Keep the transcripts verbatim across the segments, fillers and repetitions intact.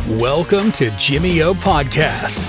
Welcome to Jimmy O Podcast.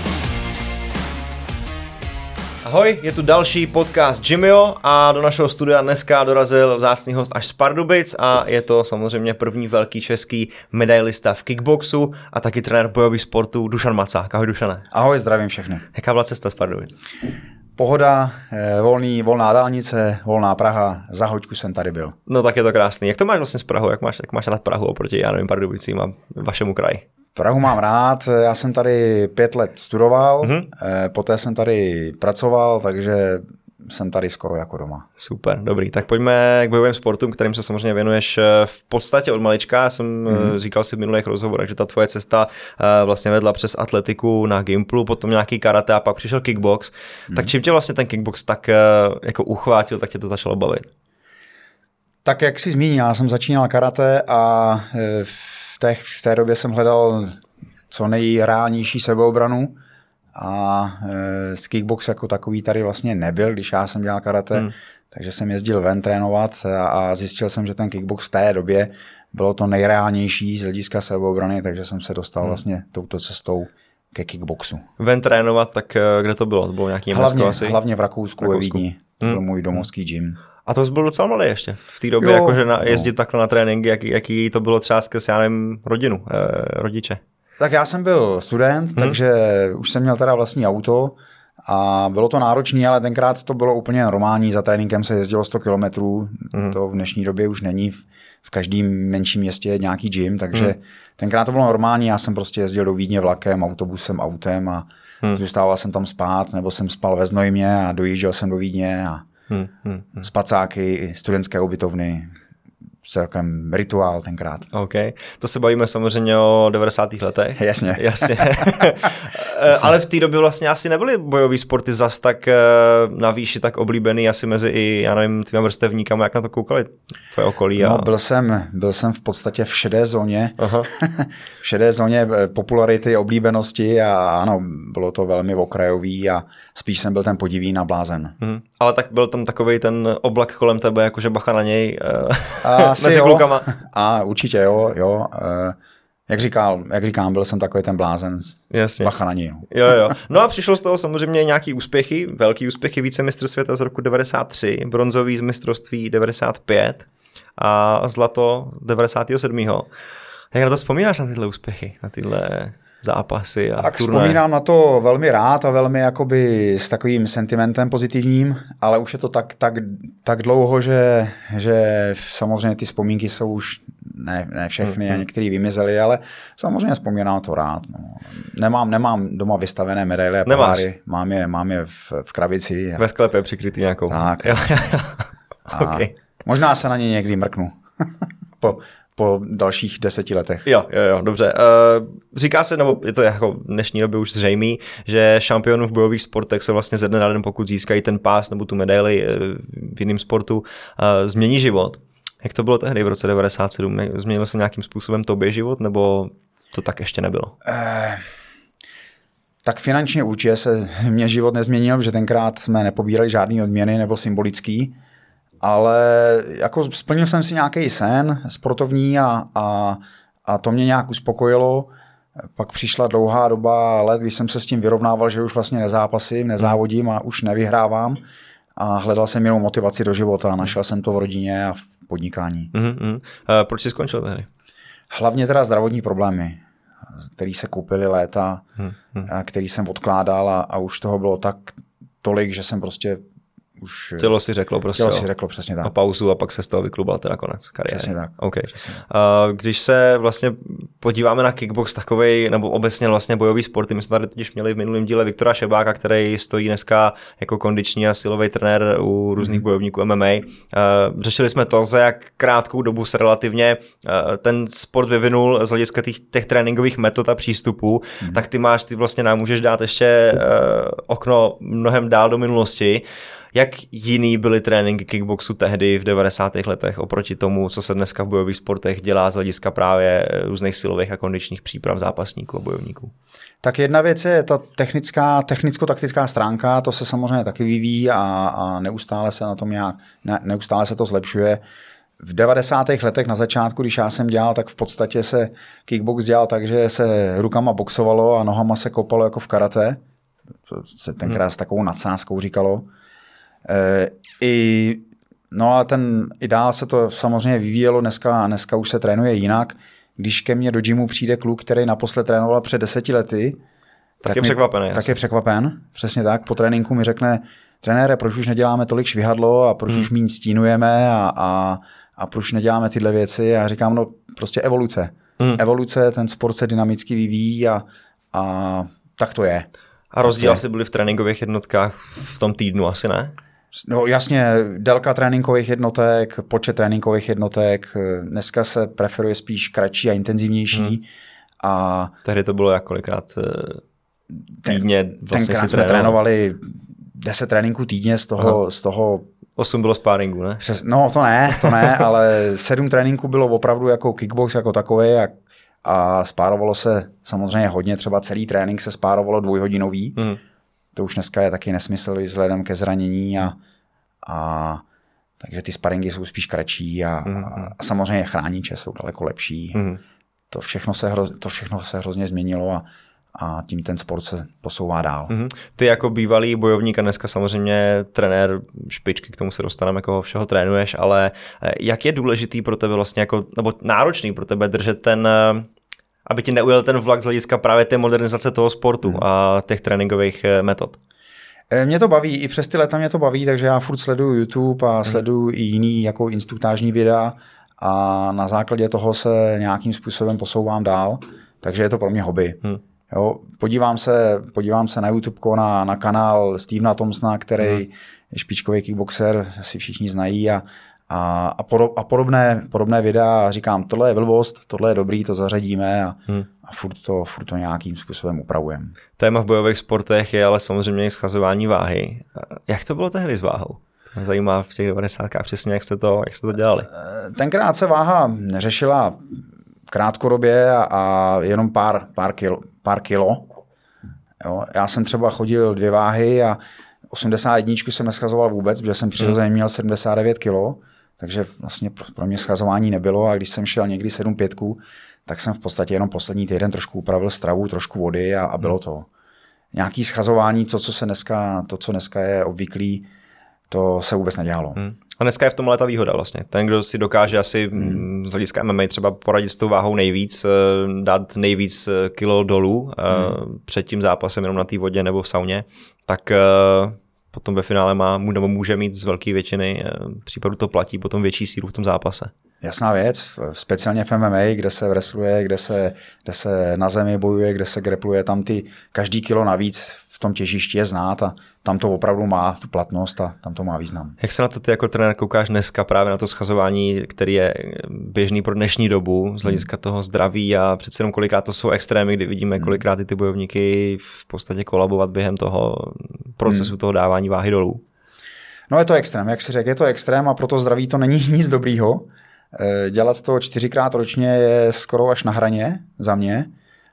Ahoj, je tu další podcast Jimmyho a do našeho studia dneska dorazil vzácný host až z Pardubic a je to samozřejmě první velký český medailista v kickboxu a taky trenér bojových sportů Dušan Macák. Ahoj Dušane. Ahoj, zdravím všechny. Jaká byla cesta z Pardubic? Pohoda, volný, volná dálnice, volná Praha, za hoďku jsem tady byl. No tak je to krásný. Jak to máš vlastně s Prahou? Jak máš, jak máš rád Prahu oproti, já nevím, Pardubicím a vašemu kraji? Prahu mám rád, já jsem tady pět let studoval, mm-hmm. poté jsem tady pracoval, takže jsem tady skoro jako doma. Super, dobrý. Tak pojďme k bojovým sportům, kterým se samozřejmě věnuješ v podstatě od malička. Já jsem mm-hmm. říkal si v minulých rozhovorech, že ta tvoje cesta vlastně vedla přes atletiku na Gimplu, potom nějaký karate a pak přišel kickbox. Mm-hmm. Tak čím tě vlastně ten kickbox tak jako uchvátil, tak tě to začalo bavit? Tak jak jsi zmínil, já jsem začínal karate a v té, v té době jsem hledal co nejreálnější sebeobranu a e, kickbox jako takový tady vlastně nebyl, když já jsem dělal karate, hmm. takže jsem jezdil ven trénovat a, a zjistil jsem, že ten kickbox v té době bylo to nejreálnější z hlediska sebeobrany, takže jsem se dostal hmm. vlastně touto cestou ke kickboxu. Ven trénovat, tak kde to bylo? To bylo nějaký hlavně, asi? Hlavně v Rakousku, ve Vídni. To byl hmm. můj domovský gym. A to jsi byl docela mladý ještě v té době, jo, jakože na, jezdit no. takhle na tréninky, jaký, jaký to bylo třeba skrz, já nevím, rodinu, eh, rodiče. Tak já jsem byl student, hmm. takže už jsem měl teda vlastní auto a bylo to náročné, ale tenkrát to bylo úplně normální, za tréninkem se jezdilo sto kilometrů, hmm. to v dnešní době už není, v, v každém menším městě nějaký gym, takže hmm. tenkrát to bylo normální, já jsem prostě jezdil do Vídně vlakem, autobusem, autem a hmm. zůstával jsem tam spát, nebo jsem spal ve Znojmě a dojížděl jsem do Vídně a Hmm, hmm, hmm. spacáky, studentské ubytovny, celkem rituál tenkrát. OK, to se bavíme samozřejmě o devadesátých letech. Jasně. Jasně. Ale v té době vlastně asi nebyly bojový sporty zas tak na výši, tak oblíbený asi mezi i, já nevím, tvýma vrstevníkama, jak na to koukali tvoje okolí? A... No, byl jsem, byl jsem v podstatě v šedé zóně, Aha. v šedé zóně popularity, oblíbenosti a ano, bylo to velmi okrajový a spíš jsem byl ten podivín a blázen. Hmm. Ale tak byl tam takovej ten oblak kolem tebe, jakože bacha na něj a mezi jo. klukama. A určitě jo, jo. Jak, říkal, jak říkám, byl jsem takový ten blázen. Jasně. Bacha na něj. No. Jo, jo. No a přišlo z toho samozřejmě nějaký úspěchy, velký úspěchy, vícemistr světa z roku devadesát tři, bronzový z mistrovství devadesát pět a zlato devadesát sedm. Jak na to vzpomínáš, na tyhle úspěchy, na tyhle zápasy a tak turnaje? Vzpomínám na to velmi rád a velmi jakoby s takovým sentimentem pozitivním, ale už je to tak, tak, tak dlouho, že, že samozřejmě ty vzpomínky jsou už ne, ne všechny mm-hmm. a některý vymizely, ale samozřejmě vzpomínám to rád. No. Nemám, nemám doma vystavené medaile a poháry, mám je, mám je v, v krabici. Ve sklepě přikrytý nějakou. Tak. Jo, jo, jo. A okay. Možná se na ně někdy mrknu. po, po dalších deseti letech. Jo, jo, jo, dobře. Uh, říká se, nebo je to jako v dnešní době už zřejmý, že šampionů v bojových sportech se vlastně ze dne na den, pokud získají ten pás nebo tu medaili v jiném sportu, uh, změní život. Jak to bylo tehdy v roce devadesát sedm? Změnil se nějakým způsobem tobě život, nebo to tak ještě nebylo? Uh, tak finančně určitě se mě život nezměnil, protože tenkrát jsme nepobírali žádný odměny nebo symbolický, ale jako splnil jsem si nějaký sen sportovní a, a, a to mě nějak uspokojilo. Pak přišla dlouhá doba let, když jsem se s tím vyrovnával, že už vlastně nezápasím, nezávodím a už nevyhrávám a hledal jsem jenom motivaci do života a našel jsem to v rodině a v podnikání. Mm-hmm. A proč jsi skončil tehdy? Hlavně teda zdravotní problémy, který se koupily léta, mm-hmm. a který jsem odkládal a, a už toho bylo tak tolik, že jsem prostě už... Tělo si řeklo prostě. Tělo si řeklo, přesně tak. A pauzu a pak se z toho vyklubal teda konec kariéry. Přesně tak. Okay. Přesně tak. Uh, když se vlastně podíváme na kickbox takovej, nebo obecně vlastně bojový sporty, my jsme tady totiž měli v minulém díle Viktora Šebáka, který stojí dneska jako kondiční a silový trenér u různých mm. bojovníků M M A. Uh, řešili jsme to, za jak krátkou dobu se relativně uh, ten sport vyvinul z hlediska těch, těch tréninkových metod a přístupů, mm. tak ty máš, ty vlastně nám můžeš dát ještě uh, okno mnohem dál do minulosti. Jak jiný byly tréninky kickboxu tehdy v devadesátých letech oproti tomu, co se dneska v bojových sportech dělá z hlediska právě různých silových a kondičních příprav zápasníků a bojovníků? Tak jedna věc je ta technická, technicko-taktická stránka, to se samozřejmě taky vyvíjí a, a neustále se na tom nějak, ne, neustále se to zlepšuje. v devadesátých letech na začátku, když já jsem dělal, tak v podstatě se kickbox dělal tak, že se rukama boxovalo a nohama se kopalo jako v karate. To se tenkrát s takovou nadsázkou říkalo. E, i, no a ten, i dál se to samozřejmě vyvíjelo, dneska, dneska už se trénuje jinak. Když ke mně do gymu přijde kluk, který naposled trénoval před deseti lety, tak, tak je mi, překvapený. Tak je překvapen, přesně tak. Po tréninku mi řekne, trenére, proč už neděláme tolik švihadlo a proč hmm. už míň stínujeme a, a, a proč neděláme tyhle věci. A já říkám, no prostě evoluce. Hmm. Evoluce, ten sport se dynamicky vyvíjí a, a tak to je. A rozdíl asi byly v tréninkových jednotkách v tom týdnu, asi ne? No jasně, délka tréninkových jednotek, počet tréninkových jednotek, dneska se preferuje spíš kratší a intenzivnější. Hmm. A tehdy to bylo jak kolikrát týdně vlastně tenkrát jsme trénovali deset tréninků týdně, z toho, z toho osm bylo sparingu, ne? Přes, no to ne, to ne, ale sedm tréninků bylo opravdu jako kickbox jako takový a, a spárovalo se samozřejmě hodně, třeba celý trénink se spárovalo dvojhodinový. Hmm. To už dneska je taky nesmysl vzhledem ke zranění a, a takže ty sparingy jsou spíš kratší a, hmm. a, a samozřejmě chrániče jsou daleko lepší. Hmm. To všechno se, hro, to všechno se hrozně změnilo a a tím ten sport se posouvá dál. Mm-hmm. Ty jako bývalý bojovník a dneska samozřejmě trenér špičky, k tomu se dostaneme, koho všeho trénuješ, ale jak je důležitý pro tebe vlastně, jako, nebo náročný pro tebe držet ten, aby ti neujel ten vlak z hlediska právě té modernizace toho sportu mm. a těch tréninkových metod? Mě to baví, i přes ty leta mě to baví, takže já furt sleduju YouTube a mm. sleduju i jiný jako instruktážní videa a na základě toho se nějakým způsobem posouvám dál, takže je to pro mě hobby. Mm. Jo, podívám se, podívám se na YouTube, na, na kanál Stevena Thompsona, který hmm. je špičkový kickboxer, si všichni znají a, a, a, podob, a podobné, podobné videa a říkám, tohle je blbost, tohle je dobrý, to zařadíme a, hmm. a furt, to, furt to nějakým způsobem upravujeme. Téma v bojových sportech je ale samozřejmě i schazování váhy. Jak to bylo tehdy s váhou? To mě zajímá v těch devadesátkách přesně, jak jste to, jak jste to dělali. Tenkrát se váha neřešila krátkodobě a, a jenom pár, pár, kilo, pár kilo. Jo. Já jsem třeba chodil dvě váhy a osmdesát jedna jsem neschazoval vůbec, protože jsem přirozeně měl sedmdesát devět kilo, takže vlastně pro mě schazování nebylo a když jsem šel někdy sedm pětku, tak jsem v podstatě jenom poslední týden trošku upravil stravu, trošku vody a, a bylo to. Nějaký schazování, to, co se dneska, to, co dneska je obvyklý, to se vůbec nedělalo. Hmm. A dneska je v tomhle ta výhoda vlastně. Ten, kdo si dokáže asi hmm. z hlediska M M A třeba poradit s tou váhou nejvíc, dát nejvíc kilo dolů hmm. před tím zápasem jenom na té vodě nebo v sauně, tak potom ve finále má, nebo může mít z velké většiny případů to platí potom větší sílu v tom zápase. Jasná věc, speciálně v M M A, kde se wrestluje, kde se, kde se na zemi bojuje, kde se grapluje, tam ty každý kilo navíc v tom těžišti je znát a tam to opravdu má tu platnost a tam to má význam. Jak se na to ty jako trenér koukáš dneska právě na to schazování, který je běžný pro dnešní dobu z hlediska toho zdraví a přece jenom kolikrát to jsou extrémy, kdy vidíme kolikrát ty, ty bojovníky v podstatě kolabovat během toho procesu hmm. toho dávání váhy dolů? No je to extrém, jak si řekl, je to extrém a pro to zdraví to není nic dobrýho. Dělat to čtyřikrát ročně je skoro až na hraně za mě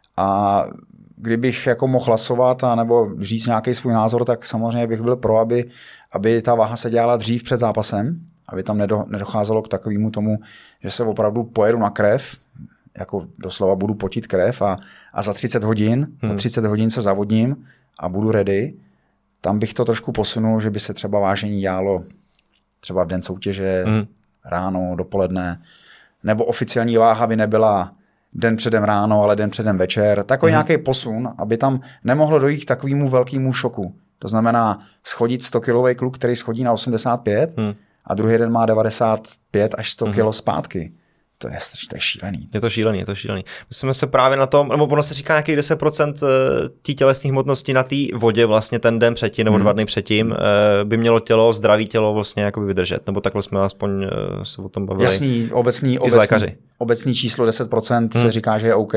a kdybych jako mohl hlasovat a nebo říct nějaký svůj názor, tak samozřejmě bych byl pro, aby, aby ta váha se dělala dřív před zápasem, aby tam nedo, nedocházelo k takovému tomu, že se opravdu pojedu na krev, jako doslova budu potit krev a, a za třicet hodin, hmm. za třicet hodin se zavodním a budu ready. Tam bych to trošku posunul, že by se třeba vážení dělalo třeba v den soutěže, hmm. ráno, dopoledne, nebo oficiální váha by nebyla den předem ráno, ale den předem večer. Takový mm. nějaký posun, aby tam nemohlo dojít k takovému velkému šoku. To znamená schodit sto kilový kluk, který schodí na osmdesát pět mm. a druhý den má devadesát pět až sto mm. kilo zpátky. To je, to je šílený. Je to šílený, je to šílený. Myslíme se právě na tom, nebo ono se říká nějakých deset procent té tělesné hmotnosti na té vodě vlastně ten den předtím nebo hmm. dva dny předtím by mělo tělo, zdraví tělo vlastně jakoby vydržet. Nebo takhle jsme aspoň se o tom bavili. Jasný, obecný, obecný, obecný číslo deset procent hmm. se říká, že je OK.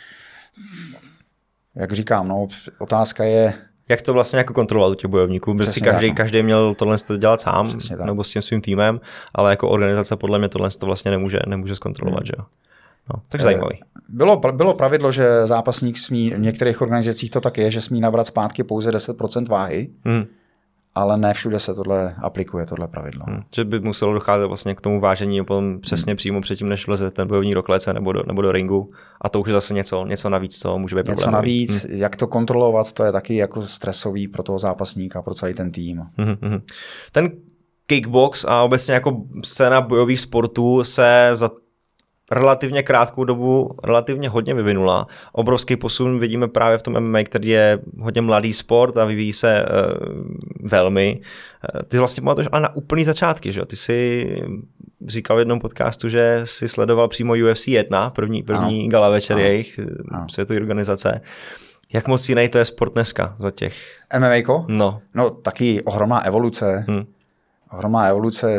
Jak říkám, no, otázka je, jak to vlastně jako kontrolovat u těch bojovníků, protože si každý, tak, no. každý měl tohle dělat sám nebo s tím svým týmem, ale jako organizace podle mě tohle to vlastně nemůže, nemůže zkontrolovat, hmm. že jo. No, takže zajímavý. Bylo, bylo pravidlo, že zápasník smí, v některých organizacích to tak je, že smí nabrat zpátky pouze deset procent váhy, hmm. ale ne všude se tohle aplikuje, tohle pravidlo. Hmm. Že by muselo docházet vlastně k tomu vážení potom přesně hmm. přímo předtím, než vleze ten bojovník do klece nebo do, nebo do ringu. A to už je zase něco, něco navíc, co může být Něco problémový. navíc, hmm. jak to kontrolovat, to je taky jako stresový pro toho zápasníka, pro celý ten tým. Hmm, hmm. Ten kickbox a obecně jako scéna bojových sportů se za relativně krátkou dobu relativně hodně vyvinula. Obrovský posun vidíme právě v tom M M A, který je hodně mladý sport a vyvíjí se uh, velmi. Uh, ty vlastně pamatuješ ale na úplný začátky, že? Ty jsi říkal v jednom podcastu, že jsi sledoval přímo U F C jedna, první, první gala večer jejich světové organizace. Jak moc jiný to je sport dneska za těch? M M A ko? No. No taky ohromná evoluce. Hmm. Ohromná evoluce.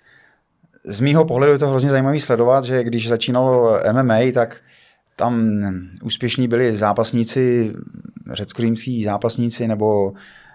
Z mýho pohledu je to hrozně zajímavý sledovat, že když začínalo M M A, tak tam úspěšní byli zápasníci, řecko-římský zápasníci nebo,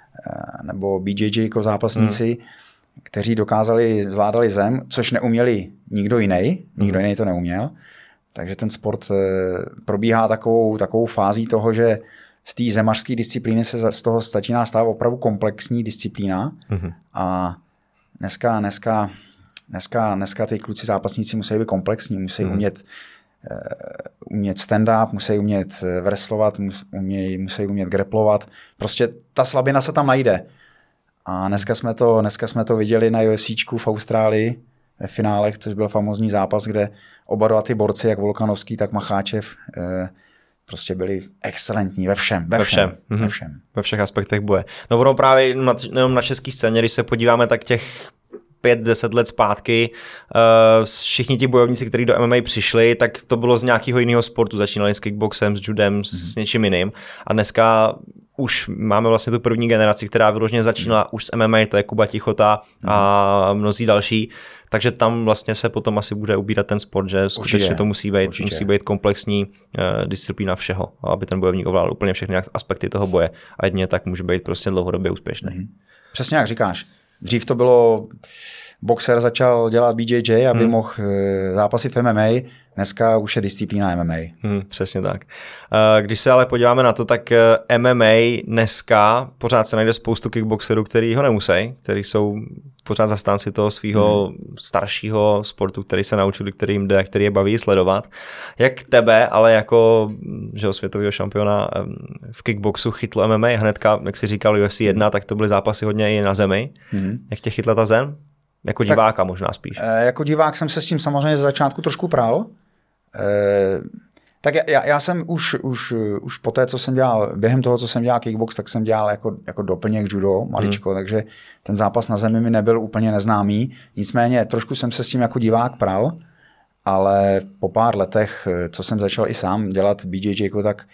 nebo B J J jako zápasníci, hmm. kteří dokázali, zvládali zem, což neuměli nikdo jiný, nikdo hmm. jiný to neuměl. Takže ten sport probíhá takovou, takovou fází toho, že z té zemařské disciplíny se z toho začíná stávat opravdu komplexní disciplína hmm. a dneska, dneska Dneska, dneska ty kluci zápasníci musí být komplexní, musí hmm. umět, uh, umět stand-up, musí umět wrestlovat, musí, musí umět grapplovat. Prostě ta slabina se tam najde. A dneska jsme to, dneska jsme to viděli na UFCčku v Austrálii ve finálech, což byl famózní zápas, kde oba dva ty borci, jak Volkanovský, tak Macháčev, uh, prostě byli excelentní ve všem. Ve, ve všem. všem. Ve všem. Ve všech aspektech boje. No ono právě jenom na české scéně, když se podíváme, tak těch pět deset let zpátky uh, všichni ti bojovníci, kteří do M M A přišli, tak to bylo z nějakého jiného sportu. Začínali s kickboxem, s judem, mm-hmm. s něčím jiným. A dneska už máme vlastně tu první generaci, která vyloženě začínala mm-hmm. už s M M A, to je Kuba Tichota mm-hmm. a mnozí další. Takže tam vlastně se potom asi bude ubírat ten sport, že skutečně Určitě. to musí být, musí být komplexní uh, disciplína všeho, aby ten bojovník ovládal úplně všechny aspekty toho boje. A jedině tak může být prostě dlouhodobě úspěšný. Mm-hmm. Přesně jak říkáš. Dřív to bylo, boxer začal dělat B J J, aby hmm. mohl zápasit v M M A, dneska už je disciplína M M A. Hmm, přesně tak. Když se ale podíváme na to, tak M M A dneska pořád se najde spoustu kickboxerů, který ho nemusí, který jsou pořád zastánci toho svého hmm. staršího sportu, který se naučili, který jim jde, který je baví sledovat. Jak tebe, ale jako že světového šampiona v kickboxu chytlo M M A hnedka, jak jsi říkal U F C jedna, tak to byly zápasy hodně i na zemi. Hmm. Jak tě chytla ta zem? Jako diváka tak, možná spíš. E, jako divák jsem se s tím samozřejmě ze začátku trošku prál. E, tak já, já jsem už, už, už po té, co jsem dělal, během toho, co jsem dělal kickbox, tak jsem dělal jako, jako doplněk judo, maličko, hmm. takže ten zápas na zemi mi nebyl úplně neznámý. Nicméně trošku jsem se s tím jako divák prál, ale po pár letech, co jsem začal i sám dělat B J J, tak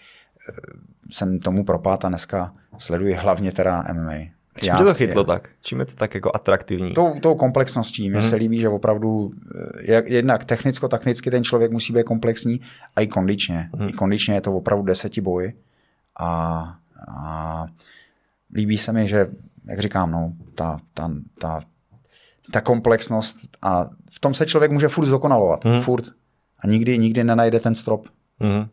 jsem tomu propadl a dneska sleduji hlavně teda M M A. Čím tě to chytlo tak? Čím je to tak jako atraktivní? Tou, tou komplexností. Mně hmm. se líbí, že opravdu jak, jednak technicko-takticky ten člověk musí být komplexní a i kondičně. Hmm. I kondičně je to opravdu desetiboj. A, a líbí se mi, že, jak říkám, no, ta, ta, ta, ta komplexnost a v tom se člověk může furt zdokonalovat. Hmm. Furt. A nikdy, nikdy nenajde ten strop. Hmm.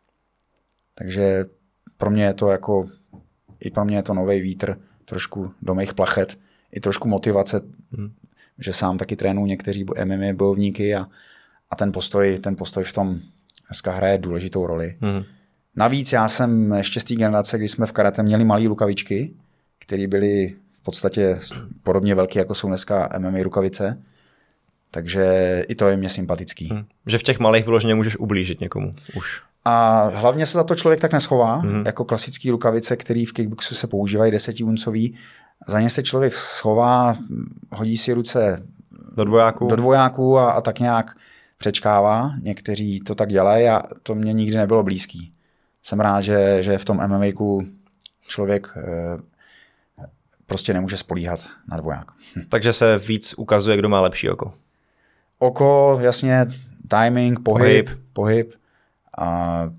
Takže pro mě je to jako, i pro mě je to nový vítr trošku do mých plachet, i trošku motivace, hmm. že sám taky trénuji někteří M M A bojovníky a, a ten postoj, ten postoj v tom dneska hraje důležitou roli. Hmm. Navíc já jsem ještě z té generace, kdy jsme v karate měli malé rukavičky, které byly v podstatě podobně velké, jako jsou dneska M M A rukavice, takže i to je mě sympatický. Hmm. Že v těch malých vyloženě můžeš ublížit někomu už. A hlavně se za to člověk tak neschová, mm-hmm. jako klasický rukavice, které v kickboxu se používají desetiouncoví. Za ně se člověk schová, hodí si ruce do dvojáků, do dvojáků a, a tak nějak přečkává. Někteří to tak dělají a to mě nikdy nebylo blízký. Jsem rád, že, že v tom M M A ku člověk eh, prostě nemůže spolíhat na dvoják. Takže se víc ukazuje, kdo má lepší oko. Oko, jasně, timing, pohyb, pohyb. pohyb. A,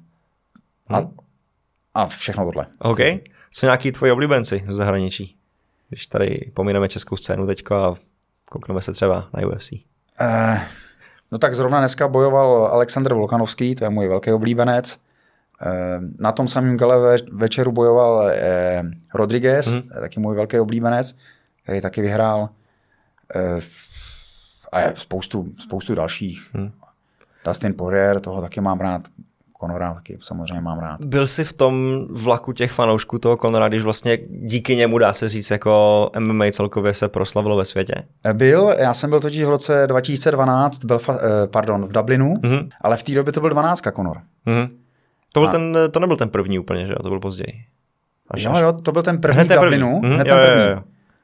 a, hmm. a všechno tohle. OK. Co nějaký tvoji oblíbenci z zahraničí? Když tady pomineme českou scénu teďko a koukneme se třeba na U F C. Eh, no tak zrovna dneska bojoval Alexander Volkanovský, to je můj velký oblíbenec. Eh, na tom samém gale večeru bojoval eh, Rodriguez, hmm. taky můj velký oblíbenec. který taky vyhrál. E, a je spoustu, spoustu dalších. Hmm. Dustin Poirier, toho taky mám rád. Conora taky samozřejmě mám rád. Byl jsi v tom vlaku těch fanoušků toho Conora, když vlastně díky němu, dá se říct, jako M M A celkově se proslavilo ve světě? Byl, já jsem byl totiž v roce dva tisíce dvanáct, byl, pardon, v Dublinu, mm-hmm. ale v té době to byl dvanáctka Conor. Mm-hmm. To, byl ten, to nebyl ten první úplně, že jo? To byl později. Až, jo, až... jo, to byl ten první v Dublinu. První. Hned Mm, ten jo, první. jo, jo.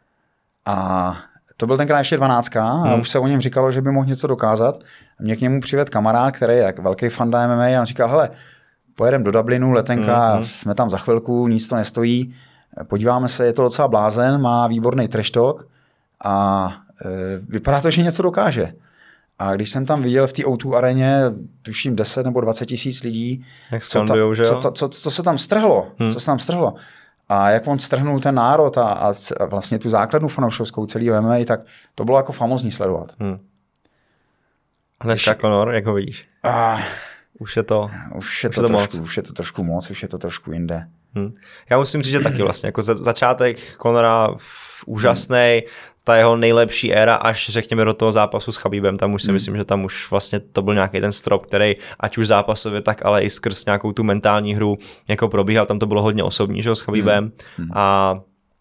A to byl tenkrát ještě dvanáctka a hmm. už se o něm říkalo, že by mohl něco dokázat. A mě k němu přived kamarád, který je velký fan M M A a on říkal, hele, pojedeme do Dublinu, letenka, hmm. jsme tam za chvilku, nic to nestojí, podíváme se, je to docela blázen, má výborný trash talk a e, vypadá to, že něco dokáže. A když jsem tam viděl v té O dva areně, tuším deset nebo dvacet tisíc lidí, jak co, ta, co, co, co, co se tam strhlo, hmm. co se tam strhlo. A jak on strhnul ten národ a, a vlastně tu základnu fanouškovskou celého M M A, tak to bylo jako famózní sledovat. Hmm. A dneska Když... Conor, jak ho vidíš? A... Už je to, už je už to, je to trošku, moc. Už je to trošku moc, už je to trošku jinde. Hmm. Já musím říct, že taky vlastně, jako za, začátek Conora úžasný, ta jeho nejlepší éra, až řekněme do toho zápasu s Khabibem, tam už si hmm. myslím, že tam už vlastně to byl nějaký ten strop, který ať už zápasově, tak ale i skrz nějakou tu mentální hru jako probíhal, tam to bylo hodně osobní, že jo, s Khabibem hmm. a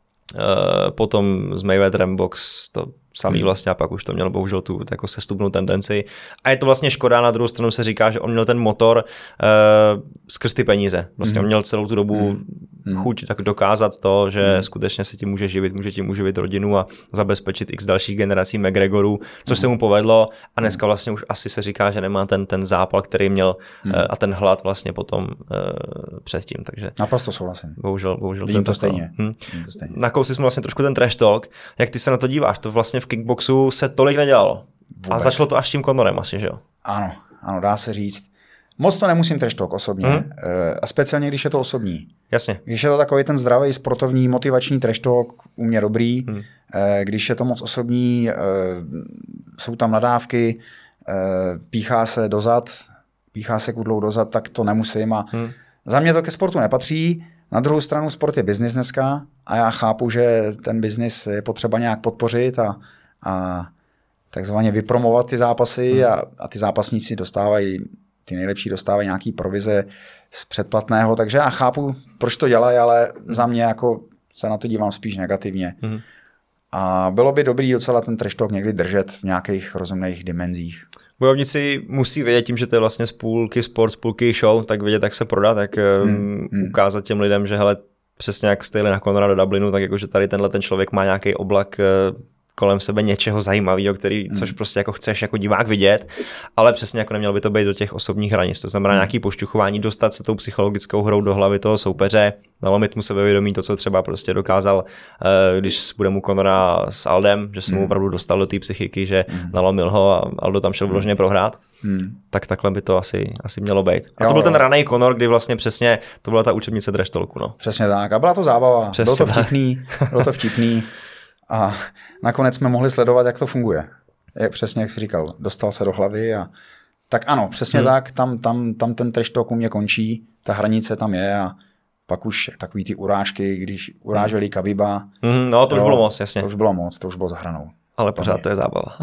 e, potom s Mayweatherem box to samý hmm. vlastně a pak už to mělo bohužel tu jako sestupnou tendenci. A je to vlastně škoda, na druhou stranu se říká, že on měl ten motor uh, skrz ty peníze. Vlastně hmm. on měl celou tu dobu hmm. chuť tak dokázat to, že hmm. skutečně se tím může živit, může tím uživit rodinu a zabezpečit x dalších generací McGregorů, což hmm. se mu povedlo a dneska vlastně už asi se říká, že nemá ten, ten zápal, který měl hmm. uh, a ten hlad vlastně potom uh, předtím. Takže naprosto souhlasím. Bohužel, bohužel. Vidím to stejně. Hmm. stejně. Nakousli jsme vlastně trošku ten trash talk. Jak ty se na to díváš? To vlastně v kickboxu se tolik nedělalo. Vůbec. A začalo to až tím Conorem asi, že jo? Ano, ano, dá se říct. Moc to nemusím trash talk osobně. Hmm. A speciálně, když je to osobní. Jasně. Když je to takový ten zdravý, sportovní, motivační trash talk, u mě dobrý. Hmm. Když je to moc osobní, jsou tam nadávky, píchá se dozad, píchá se kudlou dozad, tak to nemusím. A hmm. za mě to ke sportu nepatří. Na druhou stranu sport je biznis dneska a já chápu, že ten biznis je potřeba nějak podpořit a, a takzvaně vypromovat ty zápasy hmm. a, a ty zápasníci dostávají, ty nejlepší dostávají nějaký provize z předplatného, takže já chápu, proč to dělají, ale za mě jako se na to dívám spíš negativně. Hmm. A bylo by dobrý docela ten trash talk někdy držet v nějakých rozumných dimenzích. Bojovníci musí vědět tím, že to je vlastně z půlky sport, z půlky show, tak vědět, jak se prodat, tak hmm. um, ukázat těm lidem, že hele, přesně jak jste jeli na Conora do Dublinu, tak jakože tady tenhle ten člověk má nějaký oblak uh, kolem sebe něčeho zajímavého, který, hmm. což prostě jako chceš jako divák vidět, ale přesně jako nemělo by to být do těch osobních hranic. To znamená hmm. nějaký pošťuchování, dostat se tou psychologickou hrou do hlavy toho soupeře, nalomit mu sebevědomí to, co třeba prostě dokázal, když bude mu Conora s Aldem, že se mu opravdu dostal do té psychiky, že hmm. nalomil ho a Aldo tam šel vloženě prohrát. Hmm. Tak takhle by to asi, asi mělo být. A to jo, byl ten ranej Conor, kdy vlastně přesně to byla ta učebnice trash talku. No. Přesně tak. A byla to zábava. Přesně bylo to vtipný. Bylo to vtipný. A nakonec jsme mohli sledovat, jak to funguje. Je přesně, jak jsi říkal, dostal se do hlavy a tak ano, přesně hmm. tak, tam, tam, tam ten trash talk u mě končí, ta hranice tam je a pak už takový ty urážky, když uráželi Khabiba. Hmm, no to jo, už bylo moc, jasně. To už bylo moc, to už bylo za hranou. Ale pořád to je zábava.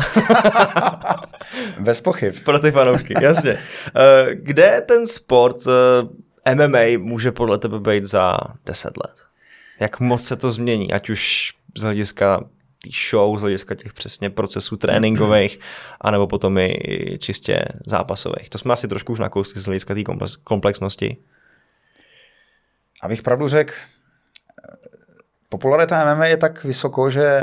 Bez pochyb. Pro ty fanoušky, jasně. Kde ten sport M M A může podle tebe být za deset let? Jak moc se to změní, ať už z hlediska té show, z hlediska těch přesně procesů tréninkových, anebo potom i čistě zápasových. To jsme asi trošku už nakousli z hlediska té komplexnosti. Abych pravdu řekl, popularita M M A je tak vysoko, že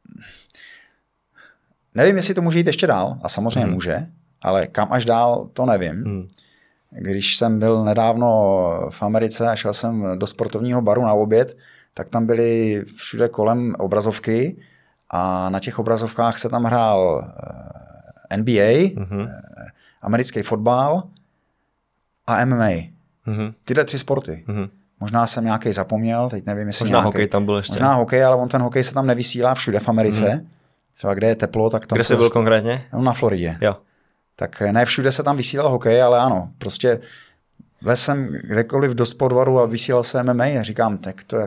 nevím, jestli to může jít ještě dál, a samozřejmě hmm. může, ale kam až dál, to nevím. Hmm. Když jsem byl nedávno v Americe a šel jsem do sportovního baru na oběd, tak tam byly všude kolem obrazovky a na těch obrazovkách se tam hrál N B A, mm-hmm. americký fotbal a M M A. Mm-hmm. Tyhle tři sporty. Mm-hmm. Možná jsem nějaký zapomněl, teď nevím, jestli Možná nějaký. hokej tam byl ještě. Možná hokej, ale on ten hokej se tam nevysílá všude v Americe. Mm-hmm. Třeba kde je teplo, tak tam... Kde jsi byl konkrétně? No, na Floridě. Jo. Tak ne všude se tam vysílal hokej, ale ano, prostě vlez jsem kdekoliv do sportbaru a vysílal se M M A a říkám, tak to jako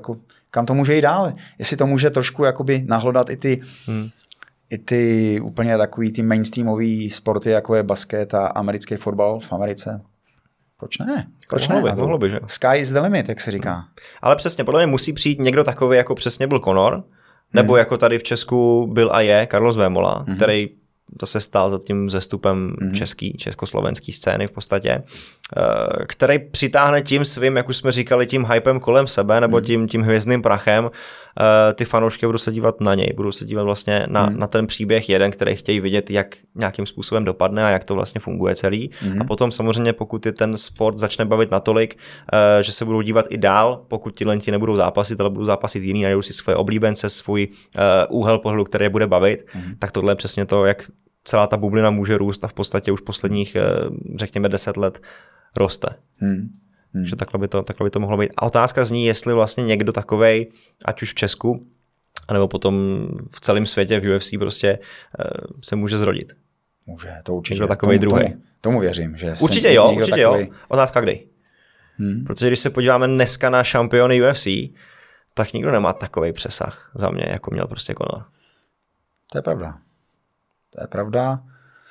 kam to může jít dál. Jestli to může trošku jakoby nahlodat i ty, hmm. i ty úplně takový ty mainstreamový sporty, jako je basket a americký fotbal v Americe. Proč ne? Proč mohlo ne? By, mohlo by, že? Sky is the limit, jak se říká. Hmm. Ale přesně, podle mě musí přijít někdo takový, jako přesně byl Conor, nebo hmm. jako tady v Česku byl a je Carlos Vémola, hmm. který to se stál za tím zestupem mm-hmm. český, československý scény v podstatě, který přitáhne tím svým, jak už jsme říkali, tím hypem kolem sebe, nebo tím, tím hvězdným prachem, ty fanoušky budou se dívat na něj, budou se dívat vlastně na, mm. na ten příběh jeden, který chtějí vidět, jak nějakým způsobem dopadne a jak to vlastně funguje celý. Mm. A potom samozřejmě, pokud je ten sport začne bavit natolik, že se budou dívat i dál, pokud ti lenti nebudou zápasit, ale budou zápasit jiný, najdou si svoje oblíbence, svůj úhel pohledu, který je bude bavit, mm. tak tohle je přesně to, jak celá ta bublina může růst a v podstatě už posledních, řekněme, deset let roste. Hmm. Hmm. Takže takhle by, to, takhle by to mohlo být. A otázka zní, jestli vlastně někdo takovej, ať už v Česku, anebo potom v celém světě v U F C prostě se může zrodit. Může, to určitě. Někdo takovej tomu, druhý. Tomu, tomu věřím. Že určitě jo, určitě takovej... jo. Otázka kdy. Hmm. Protože když se podíváme dneska na šampiony U F C, tak nikdo nemá takovej přesah za mě, jako měl prostě Conor. To je pravda. To je pravda.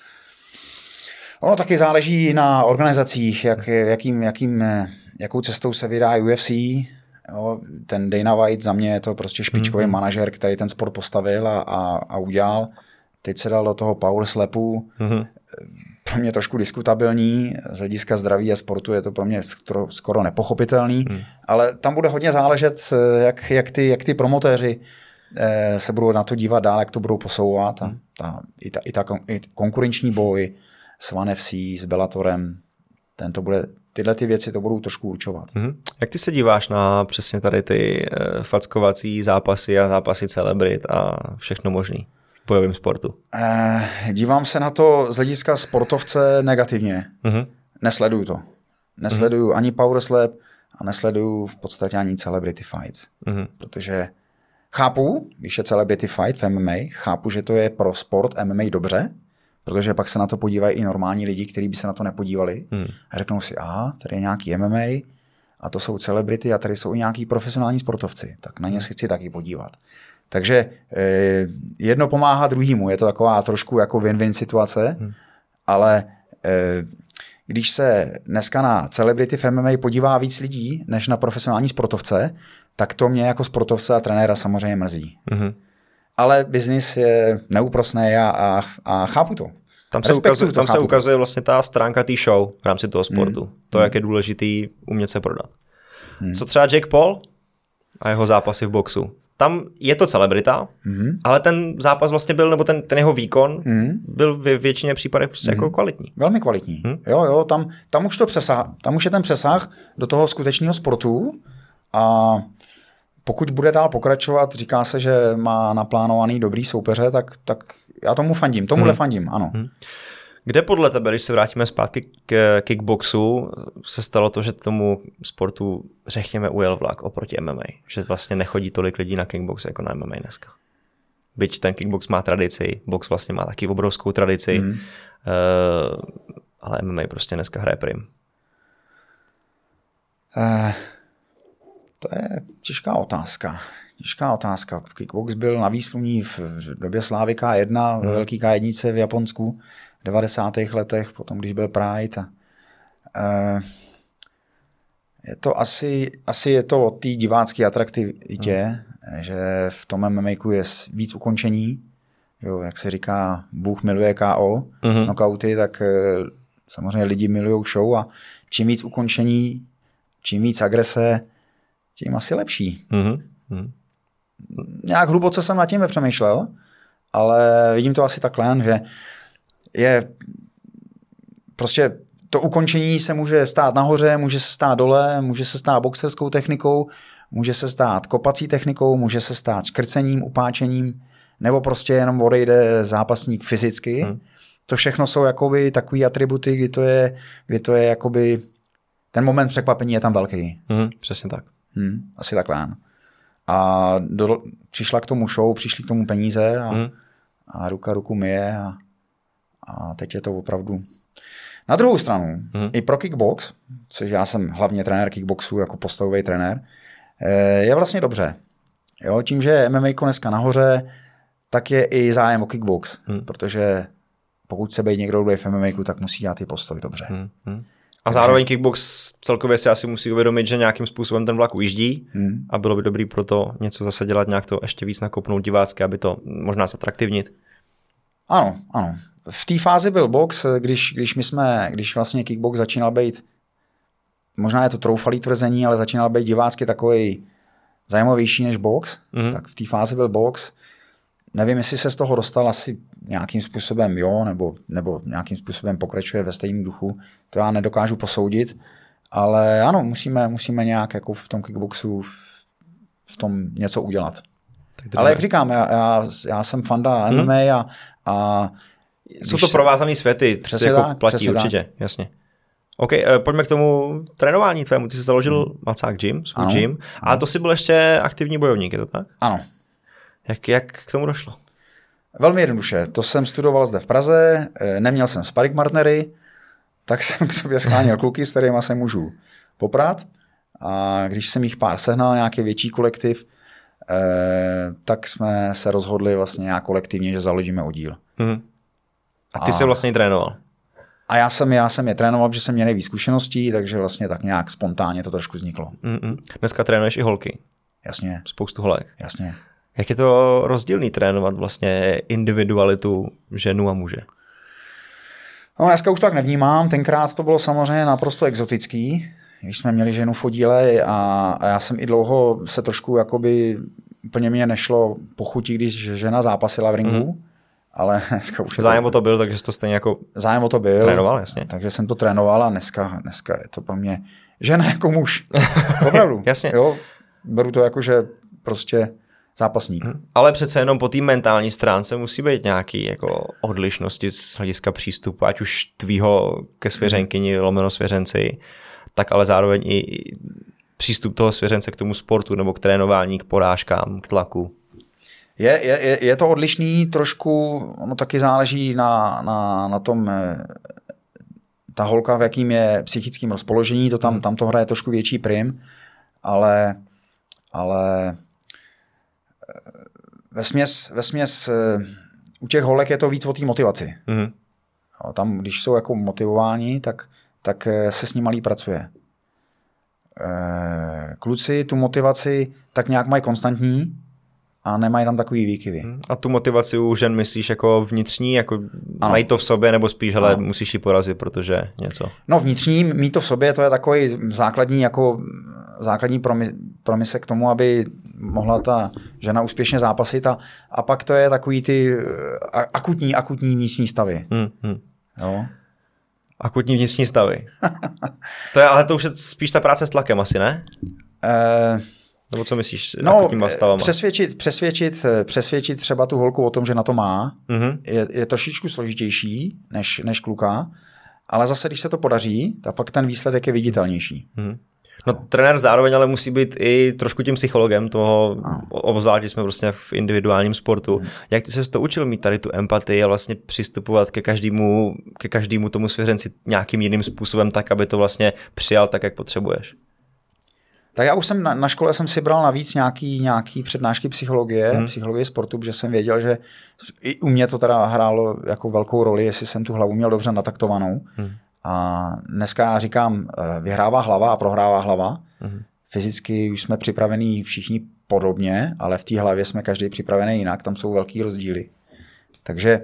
Ono taky záleží na organizacích, jak, jakým, jakým, jakou cestou se vydá U F C. Jo, ten Dana White za mě je to prostě špičkový mm-hmm. manažer, který ten sport postavil a, a, a udělal. Teď se dal do toho power slapu. Mm-hmm. Pro mě trošku diskutabilní, z hlediska zdraví a sportu je to pro mě skoro, skoro nepochopitelný, mm. ale tam bude hodně záležet, jak, jak, ty, jak ty promotéři se budou na to dívat dál, jak to budou posouvat. A ta, i, ta, i ta i konkurenční boj s ONE F C, s Bellatorem, ten to bude, tyhle ty věci to budou trošku určovat. Mm-hmm. Jak ty se díváš na přesně tady ty uh, fackovací zápasy a zápasy celebrit a všechno možný v bojovém sportu? Eh, dívám se na to z hlediska sportovce negativně. Mm-hmm. Nesleduju to. Nesleduju mm-hmm. ani power slap a nesleduju v podstatě ani celebrity fights. Mm-hmm. Protože chápu, když je celebrity fight v M M A, chápu, že to je pro sport M M A dobře, protože pak se na to podívají i normální lidi, kteří by se na to nepodívali hmm. a řeknou si, aha, tady je nějaký M M A a to jsou celebrity a tady jsou i nějaký profesionální sportovci, tak na ně se chci taky podívat. Takže eh, jedno pomáhá druhýmu, je to taková trošku jako win-win situace, hmm. ale eh, když se dneska na celebrity v M M A podívá víc lidí, než na profesionální sportovce, tak to mě jako sportovce a trenéra samozřejmě mrzí. Mm-hmm. Ale biznis je neúprosný a, a, a chápu to. Tam se ukazuje, to, tam se ukazuje vlastně ta stránka té show v rámci toho sportu. Mm. To, mm. jak je důležitý umět se prodat. Mm. Co třeba Jake Paul a jeho zápasy v boxu. Tam je to celebrita, mm. ale ten zápas vlastně byl, nebo ten, ten jeho výkon mm. byl ve většině případech prostě mm. jako kvalitní. Velmi kvalitní. Mm. Jo, jo, tam, tam už to přesah, tam už je ten přesah do toho skutečného sportu a pokud bude dál pokračovat, říká se, že má naplánovaný dobrý soupeře, tak, tak já tomu fandím, tomuhle hmm. fandím, ano. Hmm. Kde podle tebe, když se vrátíme zpátky k kickboxu, se stalo to, že tomu sportu, řekněme, ujel vlak oproti M M A? Že vlastně nechodí tolik lidí na kickbox jako na M M A dneska. Byť ten kickbox má tradici, box vlastně má taky obrovskou tradici, hmm. uh, ale M M A prostě dneska hraje prim. Uh. To je těžká otázka. Těžká otázka. Kickbox byl na výsluní v době slávy K jedna, hmm. ve velký K jedna v Japonsku v devadesátých letech, potom když byl Pride. A, uh, je to asi, asi je to o té divácké atraktivitě, hmm. že v tom M M A je víc ukončení. Jo, jak se říká, Bůh miluje K O, hmm. knockouty, tak uh, samozřejmě lidi milují show a čím víc ukončení, čím víc agrese, tím asi lepší. Mm-hmm. Nějak hluboce jsem nad tím nepřemýšlel, ale vidím to asi takhle, že je prostě to ukončení se může stát nahoře, může se stát dole, může se stát boxerskou technikou, může se stát kopací technikou, může se stát škrcením, upáčením, nebo prostě jenom odejde zápasník fyzicky. Mm. To všechno jsou jakoby takový atributy, kdy to je, kdy to je jakoby ten moment překvapení je tam velký. Mm, přesně tak. Hmm, asi takhle. A do, přišla k tomu show, přišly k tomu peníze a, hmm. a ruka ruku myje a, a teď je to opravdu. Na druhou stranu, hmm. i pro kickbox, což já jsem hlavně trenér kickboxu jako postavový trenér, je vlastně dobře. Jo, tím, že je M M A dneska nahoře, tak je i zájem o kickbox, hmm. protože pokud se být někdo dobrý v M M A, tak musí dělat i postoj dobře. Hmm. Hmm. A zároveň kickbox celkově si asi musí uvědomit, že nějakým způsobem ten vlak ujíždí hmm. a bylo by dobrý pro to něco zase dělat, nějak to ještě víc nakopnout divácky, aby to možná zatraktivnit. Ano, ano. V té fázi byl box, když, když my jsme, když vlastně kickbox začínal být, možná je to troufalý tvrzení, ale začínal být divácky takový zajímavější než box, hmm. tak v té fázi byl box. Nevím, jestli se z toho dostal asi nějakým způsobem jo, nebo, nebo nějakým způsobem pokračuje ve stejném duchu. To já nedokážu posoudit, ale ano, musíme, musíme nějak jako v tom kickboxu v, v tom něco udělat. Ale jak říkám, já, já, já jsem fanda hmm. M M A a, a jsou to se... provázané světy, přesně jako tak, platí přesně určitě, tak. Jasně. OK, pojďme k tomu trénování tvému. Ty jsi založil hmm. Macák Gym, svůj ano, gym, ale to jsi byl ještě aktivní bojovník, je to tak? Ano. Jak, jak k tomu došlo? Velmi jednoduše. To jsem studoval zde v Praze, neměl jsem sparring partnery, tak jsem k sobě scháněl kluky, s kterými se můžu poprat. A když jsem jich pár sehnal, nějaký větší kolektiv, eh, tak jsme se rozhodli vlastně nějak kolektivně, že založíme oddíl. Hmm. A ty a, jsi vlastně trénoval? A já jsem, já jsem je trénoval, protože jsem měl nejvíc zkušeností, takže vlastně tak nějak spontánně to trošku vzniklo. Mm-mm. Dneska trénuješ i holky? Jasně. Spoustu holek? Jasně. Jak je to rozdílný trénovat vlastně individualitu ženu a muže? No, dneska už tak nevnímám, tenkrát to bylo samozřejmě naprosto exotický, když jsme měli ženu v oddíle a, a já jsem i dlouho se trošku jakoby, úplně mě nešlo pochutí, když žena zápasila v ringu, mm. ale dneska už... Zájem to, o to byl, takže jsi to stejně jako zájem o to byl, trénoval, jasně. Takže jsem to trénoval a dneska, dneska je to pro mě žena jako muž. Opravdu. Jasně. Jo, beru to jako, že prostě zápasník. Hmm. Ale přece jenom po té mentální stránce musí být nějaký jako odlišnosti z hlediska přístupu, ať už tvýho ke svěřenkyni, hmm. lomeno svěřenci, tak ale zároveň i přístup toho svěřence k tomu sportu nebo k trénování, k porážkám, k tlaku. Je, je, je to odlišný trošku, ono taky záleží na, na, na tom, ta holka v jakým je psychickým rozpoložení, to tam, hmm. tam to hraje trošku větší prim, ale, ale vesměs, vesměs u těch holek je to víc o té motivaci. Mm. Tam, když jsou jako motivováni, tak, tak se s nimi líp pracuje. Kluci tu motivaci tak nějak mají konstantní a nemají tam takový výkyvy. A tu motivaci u žen myslíš jako vnitřní, jako ano. mají to v sobě, nebo spíš, hele, ano. musíš ji porazit, protože něco? No vnitřní, mít to v sobě, to je takový základní, jako základní promise k tomu, aby mohla ta žena úspěšně zápasit a, a pak to je takový ty akutní, akutní vnitřní stavy. Hmm, hmm. Jo? Akutní vnitřní stavy. To je, ale to už je spíš ta práce s tlakem asi, ne? Eh, Nebo co myslíš no, akutníma stavama? Přesvědčit, přesvědčit, přesvědčit třeba tu holku o tom, že na to má, mm-hmm. je, je trošičku složitější než, než kluka, ale zase, když se to podaří, tak pak ten výsledek je viditelnější. Mm-hmm. No, no. Trenér zároveň ale musí být i trošku tím psychologem toho, obzvlášť, že jsme prostě v individuálním sportu. Mm. Jak ty ses to učil mít tady tu empatii a vlastně přistupovat ke každému, ke každému tomu svěřenci nějakým jiným způsobem tak, aby to vlastně přijal tak, jak potřebuješ? Tak já už jsem na, na škole jsem si bral navíc nějaký, nějaký přednášky psychologie, hmm. psychologie sportu, protože jsem věděl, že i u mě to teda hrálo jako velkou roli, jestli jsem tu hlavu měl dobře nataktovanou. Hmm. A dneska já říkám, vyhrává hlava a prohrává hlava. Hmm. Fyzicky už jsme připravení všichni podobně, ale v té hlavě jsme každý připravený jinak, tam jsou velký rozdíly. Takže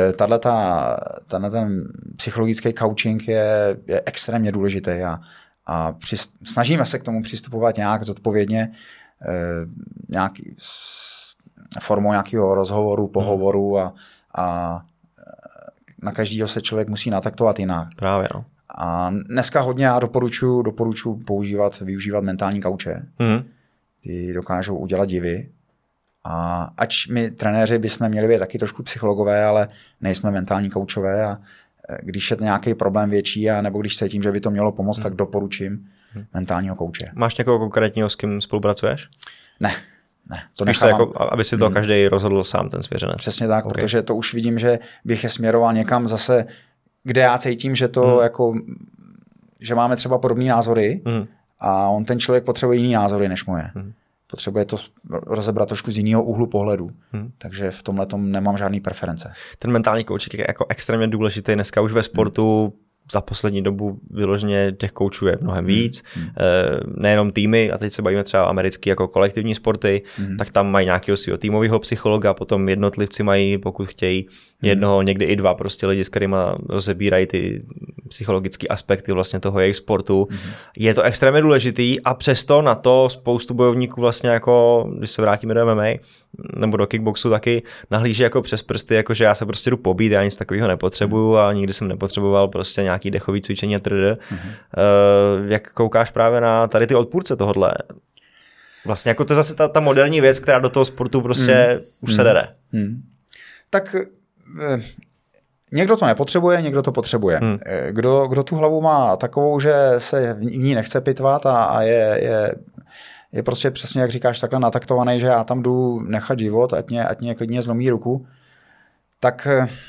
tenhle ten psychologický coaching je, je extrémně důležitý a A při, snažíme se k tomu přistupovat nějak zodpovědně, eh, nějaký, formou nějakého rozhovoru, pohovoru a, a na každého se člověk musí nataktovat jinak. Právě, no. A dneska hodně já doporučuji doporučuji používat, využívat mentální kauče. Mm. Ty dokážou udělat divy. A ač my trenéři bychom měli být taky trošku psychologové, ale nejsme mentální kaučové a když je nějaký problém větší, a nebo když cítím, že by to mělo pomoct, hmm. tak doporučím hmm. mentálního kouče. Máš někoho konkrétního, s kým spolupracuješ? Ne, ne. To nechávám. To jako, aby si to hmm. každý rozhodl sám, ten svěřenec. Přesně tak, okay. Protože to už vidím, že bych je směroval někam zase, kde já cítím, že to hmm. jako, že máme třeba podobné názory hmm. a on ten člověk potřebuje jiný názory než moje. Hmm. potřebuje to rozebrat trošku z jiného úhlu pohledu. Hmm. Takže v tomhle tom nemám žádný preference. Ten mentální kouček je jako extrémně důležitý dneska už ve sportu. Hmm. Za poslední dobu vyloženě těch koučů je mnohem víc. Hmm. Nejenom týmy, a teď se bavíme třeba americký jako kolektivní sporty, hmm. tak tam mají nějakého svého týmového psychologa, potom jednotlivci mají, pokud chtějí, jednoho, hmm. někdy i dva prostě lidi, s kterými rozebírají ty psychologické aspekty vlastně toho jejich sportu. Hmm. Je to extrémně důležitý a přesto na to spoustu bojovníků vlastně jako, když se vrátíme do M M A nebo do kickboxu, taky nahlíží jako přes prsty, jako že já se prostě jdu pobít, já nic takového nepotřebuju a nikdy jsem nepotřeboval prostě nějaký dechový cvičení a td. Mm-hmm. Uh, jak koukáš právě na tady ty odpůrce tohodle? Vlastně jako to je zase ta, ta moderní věc, která do toho sportu prostě mm. už mm. se dere. Mm. Tak eh, někdo to nepotřebuje, někdo to potřebuje. Mm. Kdo, kdo tu hlavu má takovou, že se v ní nechce pitvat a, a je, je, je prostě přesně, jak říkáš, takhle nataktovaný, že já tam jdu nechat život, ať mě, ať mě klidně zlomí ruku, tak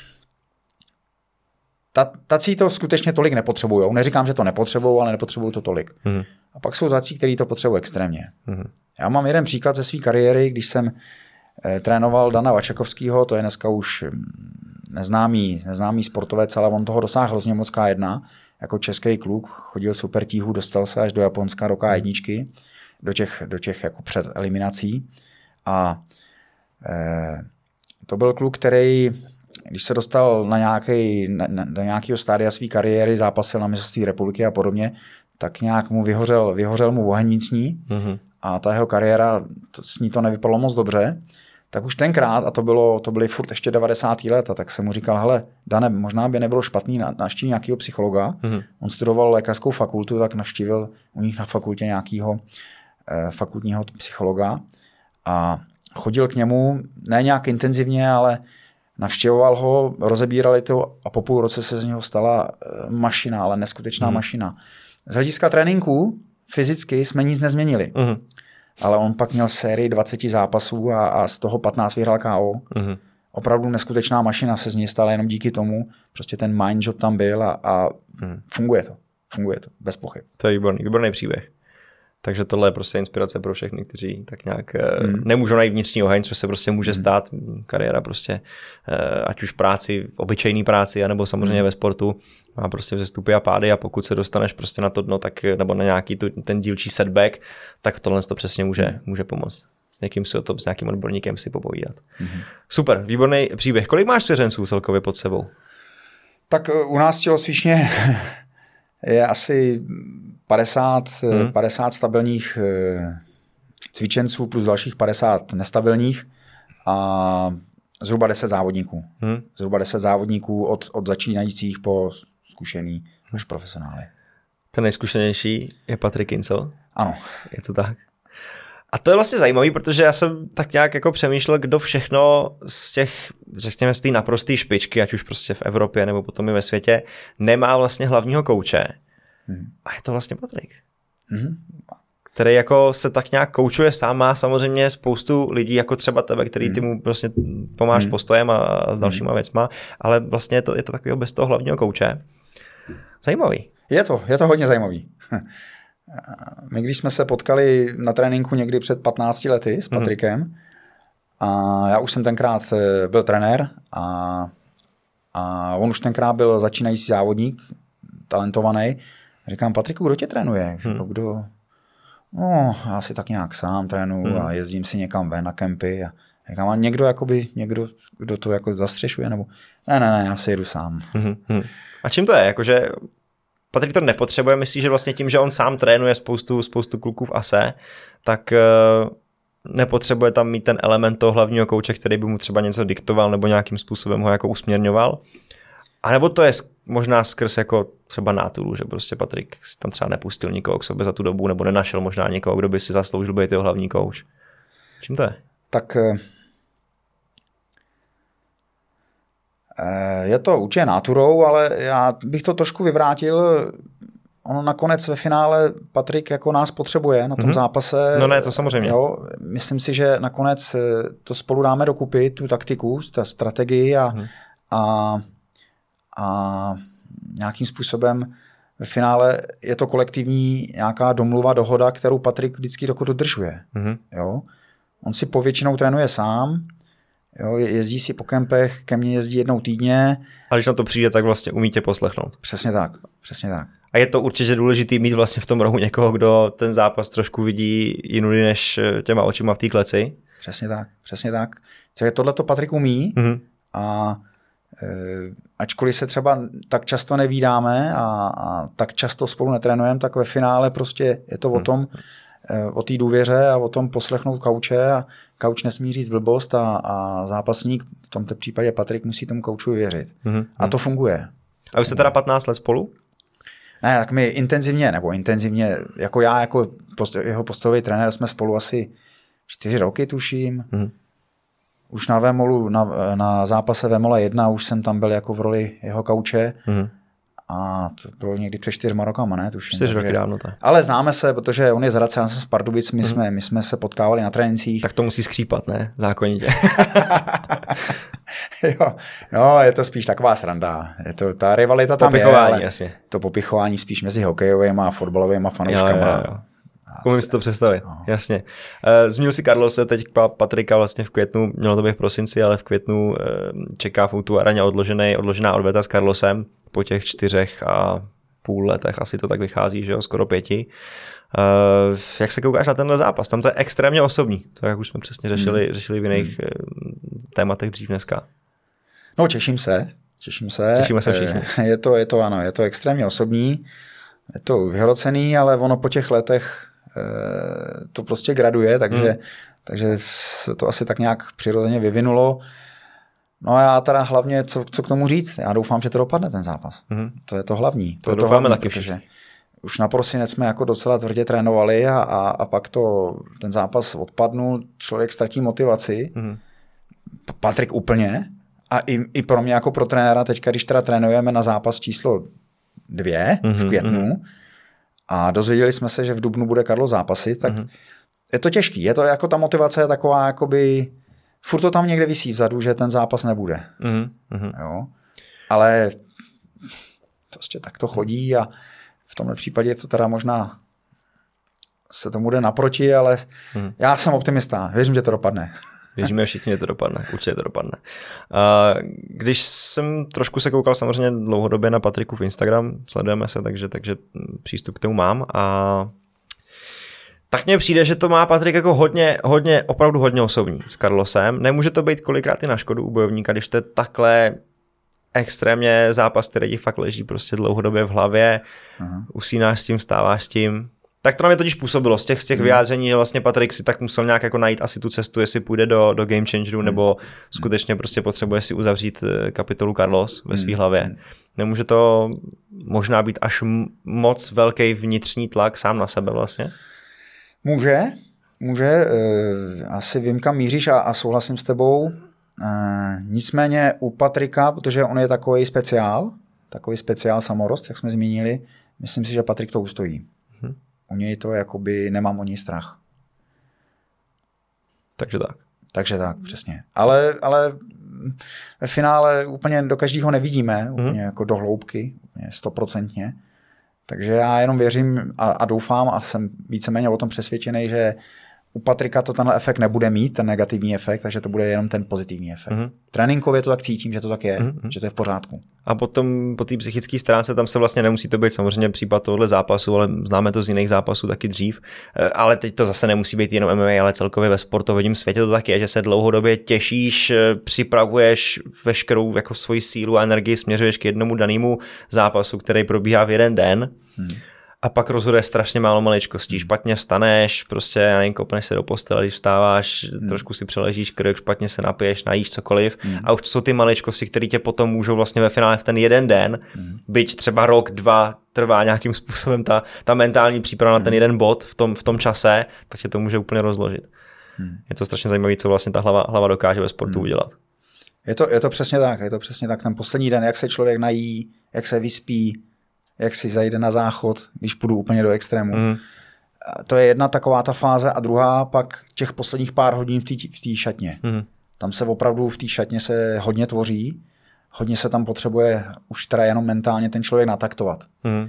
Ta, tací to skutečně tolik nepotřebujou. Neříkám, že to nepotřebují, ale nepotřebují to tolik. Mm. A pak jsou tací, kteří to potřebují extrémně. Mm. Já mám jeden příklad ze své kariéry, když jsem eh, trénoval Dana Vačakovského, to je dneska už neznámý, neznámý sportovec, ale on toho dosáhl hrozně moc K jedna. Jako český kluk, chodil super tíhu, dostal se až do Japonska, do K jedna, do těch, do těch jako před eliminací. A eh, to byl kluk, který když se dostal na, nějaký, na, na nějakého stádia své kariéry, zápasil na mistrovství republiky a podobně, tak nějak mu vyhořel, vyhořel mu oheň vnitřní mm-hmm. a ta jeho kariéra, to, s ní to nevypadalo moc dobře, tak už tenkrát, a to, bylo, to byly furt ještě devadesátá léta, tak jsem mu říkal, hele, Dane, možná by nebylo špatný na, navštívit nějakého psychologa. Mm-hmm. On studoval lékařskou fakultu, tak navštívil u nich na fakultě nějakého eh, fakultního psychologa a chodil k němu, ne nějak intenzivně, ale navštěvoval ho, rozebírali to a po půl roce se z něho stala mašina, ale neskutečná mm. mašina. Z hlediska tréninku fyzicky jsme nic nezměnili. Mm. Ale on pak měl sérii dvacet zápasů a, a z toho patnáct vyhrál K O. Mm. Opravdu neskutečná mašina se z něj stala jenom díky tomu. Prostě ten mind job tam byl a, a mm. funguje to. Funguje to, bez pochyb. To je výborný, výborný příběh. Takže tohle je prostě inspirace pro všechny, kteří tak nějak mm. nemůžou najít vnitřní oheň, což se prostě může mm. stát. Kariéra prostě, ať už práci, obyčejný práci, anebo samozřejmě mm. ve sportu, má prostě vzestupy a pády a pokud se dostaneš prostě na to dno, tak, nebo na nějaký tu, ten dílčí setback, tak tohle to přesně může, mm. může pomoct. S někým si o tom, s nějakým odborníkem si popovídat. Mm. Super, výborný příběh. Kolik máš svěřenců celkově pod sebou? Tak u nás tělocvičně je asi padesát, hmm. padesát stabilních cvičenců plus dalších padesát nestabilních a zhruba deset závodníků. Hmm. Zhruba deset závodníků od, od začínajících po zkušený až profesionály. Ten nejzkušenější je Patrik Kincel? Ano. Je to tak? A to je vlastně zajímavý, protože já jsem tak nějak jako přemýšlel, kdo všechno z těch, řekněme, z té naprosté špičky, ať už prostě v Evropě nebo potom i ve světě, nemá vlastně hlavního kouče. Hmm. A je to vlastně Patrik, hmm. který jako se tak nějak koučuje sám, má samozřejmě spoustu lidí jako třeba tebe, který ty mu prostě pomáš hmm. postojem a, a s dalšíma hmm. věcma, ale vlastně je to, je to takového bez toho hlavního kouče. Zajímavý. Je to, je to hodně zajímavý. My když jsme se potkali na tréninku někdy před patnácti lety s Patrikem hmm. a já už jsem tenkrát byl trenér a, a on už tenkrát byl začínající závodník, talentovaný. Říkám, Patriku, kdo tě trénuje? Hmm. Kdo? No, já si tak nějak sám trénuju hmm. a jezdím si někam ven na kempy. A říkám, a někdo, jakoby, někdo, kdo to jako zastřešuje? Nebo ne, ne, ne, já si jedu sám. Hmm. Hmm. A čím to je? Jakože Patrik to nepotřebuje, myslí, že vlastně tím, že on sám trénuje spoustu, spoustu kluků v A S E, tak uh, nepotřebuje tam mít ten element toho hlavního kouče, který by mu třeba něco diktoval nebo nějakým způsobem ho jako usměrňoval. A nebo to je možná skrz jako třeba náturu, že prostě Patrik tam třeba nepustil nikoho k sobě za tu dobu, nebo nenašel možná někoho, kdo by si zasloužil být jeho hlavní kouč. Čím to je? Tak je to určitě náturou, ale já bych to trošku vyvrátil. Ono nakonec ve finále Patrik jako nás potřebuje na tom mm-hmm. zápase. No ne, to samozřejmě. Jo, myslím si, že nakonec to spolu dáme dokupy, tu taktiku, ta strategii a, mm. a, a nějakým způsobem ve finále je to kolektivní nějaká domluva, dohoda, kterou Patrik vždycky dodržuje. Mm-hmm. Jo? On si povětšinou trénuje sám, jo? Jezdí si po kempech, ke mně jezdí jednou týdně. A když na to přijde, tak vlastně umí tě poslechnout. Přesně tak, přesně tak. A je to určitě důležitý mít vlastně v tom rohu někoho, kdo ten zápas trošku vidí jinudy než těma očima v té kleci. Přesně tak, přesně tak. Tohle to Patrik umí mm-hmm. a e, ačkoliv se třeba tak často nevídáme a, a tak často spolu netrénujeme, tak ve finále prostě je to mm-hmm. o tom, e, o té důvěře a o tom poslechnout kauče a kauč nesmí říct blbost a, a zápasník, v tomto případě Patrik, musí tomu kaučovi věřit. Mm-hmm. A to funguje. A vy jste teda patnáct let spolu? Ne, tak my intenzivně, nebo intenzivně, jako já, jako post, jeho postojový trenér, jsme spolu asi čtyři roky, tuším. Mm. Už na Vémolu, na, na zápase Vémola jedna, už jsem tam byl jako v roli jeho kauče. Mm. A to bylo někdy před čtyřma rokama, ne? Tuším. Čtyři roky dávno, tak. Ale známe se, protože on je z Hradce, já jsem z Pardubic, my, mm. jsme, my jsme se potkávali na trénincích. Tak to musí skřípat, ne? Zákonitě. Jo, no, je to spíš taková sranda. Je to, ta rivalita tam je, ale jasně. To popichování spíš mezi hokejovými a fotbalovými fanouškama. Jo, jo, jo. Umím si to představit, no. Jasně. Zmínil si Carlose, teď Patrika vlastně v květnu, mělo to být v prosinci, ale v květnu čeká v Outu Areně odložený, odložená odveta s Carlosem po těch čtyřech a půl letech, asi to tak vychází, že jo, skoro pěti. Uh, jak se koukáš na tenhle zápas? Tam to je extrémně osobní, to jak už jsme přesně řešili, hmm. řešili v jiných hmm. tématech dřív dneska. No, těším se, těším se. Těšíme se všichni. Je to, je to, ano, je to extrémně osobní, je to vyhrocený, ale ono po těch letech to prostě graduje, takže, hmm. takže se to asi tak nějak přirozeně vyvinulo. No a já teda hlavně, co, co k tomu říct? Já doufám, že to dopadne ten zápas. Hmm. To je to hlavní. To, to doufáme hlavní, taky, protože už na prosinec jsme jako docela tvrdě trénovali a, a, a pak to, ten zápas odpadnul, člověk ztratí motivaci. Hmm. Patrik úplně. A i, i pro mě jako pro trenéra teďka, když teda trénujeme na zápas číslo dvě hmm. v květnu, hmm. a dozvěděli jsme se, že v dubnu bude Karlo zápasit, tak mm-hmm. je to těžký. Je to jako ta motivace je taková, jakoby furt to tam někde visí vzadu, že ten zápas nebude. Mm-hmm. Jo? Ale prostě tak to chodí a v tomhle případě to teda možná se tomu jde naproti, ale mm-hmm. já jsem optimista. Věřím, že to dopadne. Věříme všichni, že to dopadne. Určitě to dopadne. Když jsem trošku se koukal samozřejmě dlouhodobě na Patriku v Instagram, sledujeme se, takže, takže přístup k tomu mám a tak mně přijde, že to má Patrik jako hodně, hodně, opravdu hodně osobní s Carlosem. Nemůže to být kolikrát i na škodu u bojovníka, když to je takhle extrémně zápas, který ti fakt leží prostě dlouhodobě v hlavě, aha. usínáš s tím, vstáváš s tím. Tak to na mě totiž působilo z těch, z těch hmm. vyjádření, že vlastně Patrik si tak musel nějak jako najít asi tu cestu, jestli půjde do, do Game Changeru, hmm. nebo skutečně prostě potřebuje si uzavřít kapitolu Carlos ve své hlavě. Nemůže to možná být až moc velký vnitřní tlak sám na sebe vlastně? Může, může. Asi vím, kam míříš a, a souhlasím s tebou. Nicméně u Patrika, protože on je takový speciál, takový speciál samorost, jak jsme zmínili, myslím si, že Patrik to ustojí. Hmm. U něj to jakoby nemám o něj strach. Takže tak. Takže tak, přesně. Ale, ale ve finále úplně do každého nevidíme, úplně mm. jako do hloubky, úplně stoprocentně. Takže já jenom věřím a, a doufám a jsem víceméně o tom přesvědčený, že u Patrika to tenhle efekt nebude mít, ten negativní efekt, takže to bude jenom ten pozitivní efekt. Mm-hmm. Tréninkově to tak cítím, že to tak je, mm-hmm. že to je v pořádku. A potom po té psychické stránce tam se vlastně nemusí to být samozřejmě případ tohohle zápasu, ale známe to z jiných zápasů taky dřív. Ale teď to zase nemusí být jenom M M A, ale celkově ve sportovním světě to taky je, že se dlouhodobě těšíš, připravuješ veškerou jako svoji sílu a energii, směřuješ k jednomu danému zápasu, který probíhá v jeden den. Hmm. A pak rozhoduje strašně málo maličkostí. Špatně vstaneš, prostě, já nevím, kopneš se do postele, když vstáváš, hmm. trošku si přeležíš krk, špatně se napiješ, najíš cokoliv. Hmm. A už to jsou ty maličkosti, které tě potom můžou vlastně ve finále v ten jeden den, hmm. byť třeba rok, dva, trvá nějakým způsobem ta, ta mentální příprava hmm. na ten jeden bod v tom, v tom čase, tak tě to může úplně rozložit. Hmm. Je to strašně zajímavé, co vlastně ta hlava, hlava dokáže ve sportu hmm. udělat. Je to, je to přesně tak, je to přesně tak. Ten poslední den, jak se člověk nají, jak se vyspí, jak si zajde na záchod, když půjdu úplně do extrému. Mm. To je jedna taková ta fáze a druhá pak těch posledních pár hodin v té v té šatně. Mm. Tam se opravdu v té šatně se hodně tvoří, hodně se tam potřebuje už teda jenom mentálně ten člověk nataktovat. Mm.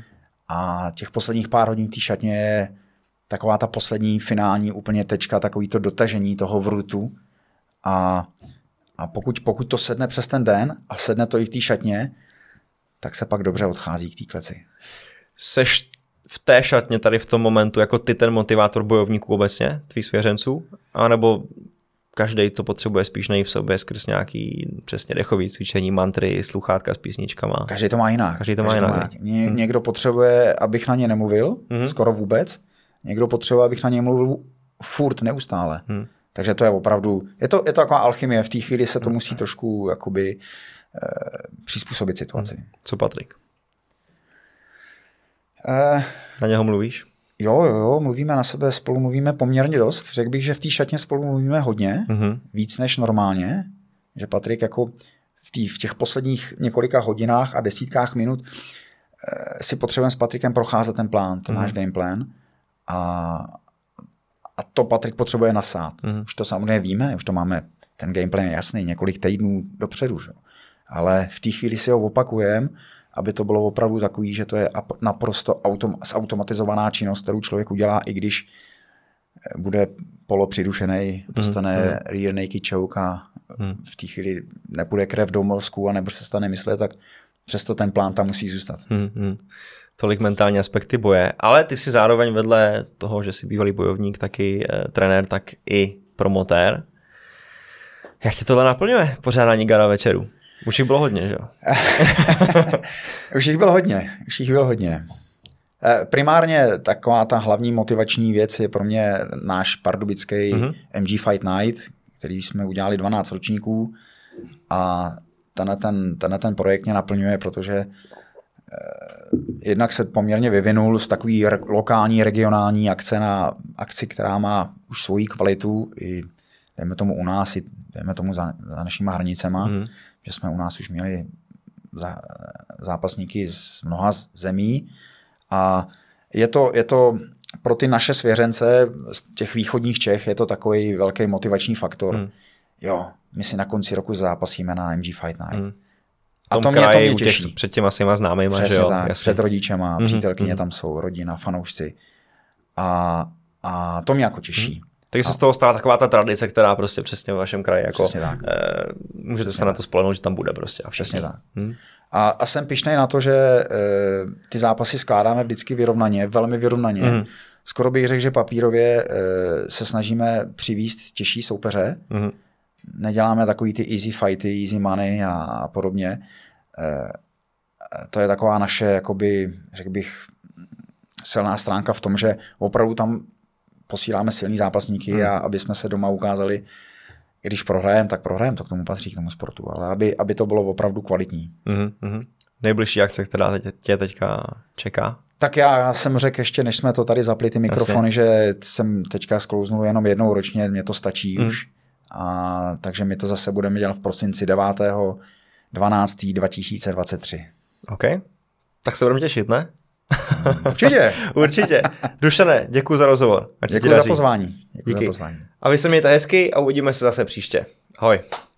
A těch posledních pár hodin v té šatně je taková ta poslední finální úplně tečka, takový to dotažení toho vrutu. A, a pokud, pokud to sedne přes ten den a sedne to i v té šatně, tak se pak dobře odchází k té kleci. Seš v té šatně tady v tom momentu jako ty ten motivátor bojovníků obecně, tvých svěřenců? A nebo každý to potřebuje spíš najít v sobě skrz nějaký přesně dechový cvičení, mantry, sluchátka s písničkama? Každý to má jinak. Každý to má Každý jinak. To má jinak. Ně, hmm. Někdo potřebuje, abych na ně nemluvil, hmm. skoro vůbec. Někdo potřebuje, abych na ně mluvil furt, neustále. Hmm. Takže to je opravdu, je to, je to taková alchymie, v té chvíli se to musí trošku jakoby eh, přizpůsobit situaci. Hmm. Co Patrik? Eh, na něho mluvíš? Jo, jo, jo, mluvíme na sebe, spolu mluvíme poměrně dost. Řekl bych, že v té šatně spolu mluvíme hodně, mm-hmm. víc než normálně. Že Patrik jako v, tý, v těch posledních několika hodinách a desítkách minut eh, si potřebujeme s Patrikem procházet ten plán, ten mm-hmm. náš game plan. A, a to Patrik potřebuje nasát. Mm-hmm. Už to samozřejmě víme, už to máme, ten game plan je jasný, několik týdnů dopředu. Že? Ale v té chvíli si ho opakujeme, aby to bylo opravdu takový, že to je naprosto autom, zautomatizovaná činnost, kterou člověk udělá, i když bude polopřidušený, dostane mm, mm. rear naked choke a mm. v té chvíli nepůjde krev do mozku a nebo se stane myslet, tak přesto ten plán tam musí zůstat. Mm, mm. Tolik mentální aspekty boje. Ale ty jsi zároveň vedle toho, že jsi bývalý bojovník, taky eh, trenér, tak i promotér. Jak tě tohle naplňuje pořádání gala večerů? Už jich bylo hodně, že jo? Už jich bylo hodně, už jich bylo hodně. Primárně taková ta hlavní motivační věc je pro mě náš pardubický mm-hmm. M G Fight Night, který jsme udělali dvanáct ročníků a tenhle ten, tenhle ten projekt mě naplňuje, protože eh, jednak se poměrně vyvinul z takový re- lokální, regionální akce na akci, která má už svoji kvalitu i dejme tomu u nás, i dejme tomu za, za našimi hranicema, mm. že jsme u nás už měli za, zápasníky z mnoha zemí a je to, je to pro ty naše svěřence z těch východních Čech je to takový velký motivační faktor. Mm. Jo, my si na konci roku zápasíme na M G Fight Night. Mm. A to mě, to mě těší. Před těma svýma známýma, přesně že jo? Tak, jasně. Před rodičema, mm. přítelkyně mm. tam jsou, rodina, fanoušci. A, a to mě jako těší. Mm. Takže se z toho stala taková ta tradice, která prostě přesně v vašem kraji jako tak. Eh, můžete přesně se na tak. to spolehnout, že tam bude prostě. A přesně tak. Hmm. A, a jsem pyšnej na to, že eh, ty zápasy skládáme vždycky vyrovnaně, velmi vyrovnaně. Hmm. Skoro bych řekl, že papírově eh, se snažíme přivízt těžší soupeře. Hmm. Neděláme takový ty easy fighty, easy money a, a podobně. Eh, to je taková naše, jakoby, řekl bych, silná stránka v tom, že opravdu tam posíláme silný zápasníky hmm. a aby jsme se doma ukázali, když prohrajeme, tak prohrajeme, to k tomu patří, k tomu sportu, ale aby, aby to bylo opravdu kvalitní. Hmm. Nejbližší akce, která tě, tě teďka čeká? Tak já, já jsem řekl ještě, než jsme to tady zapli ty mikrofony, Jasně. že jsem teďka sklouznul jenom jednou ročně, mě to stačí hmm. už. A, takže my to zase budeme dělat v prosinci devátého dvanáctého dva tisíce dvacet tři. OK, tak se budeme těšit, ne? Určitě. Určitě. Dušane, děkuji za rozhovor. Děkuji za pozvání. Děkuji za pozvání. A vy se mějte hezky a uvidíme se zase příště. Ahoj.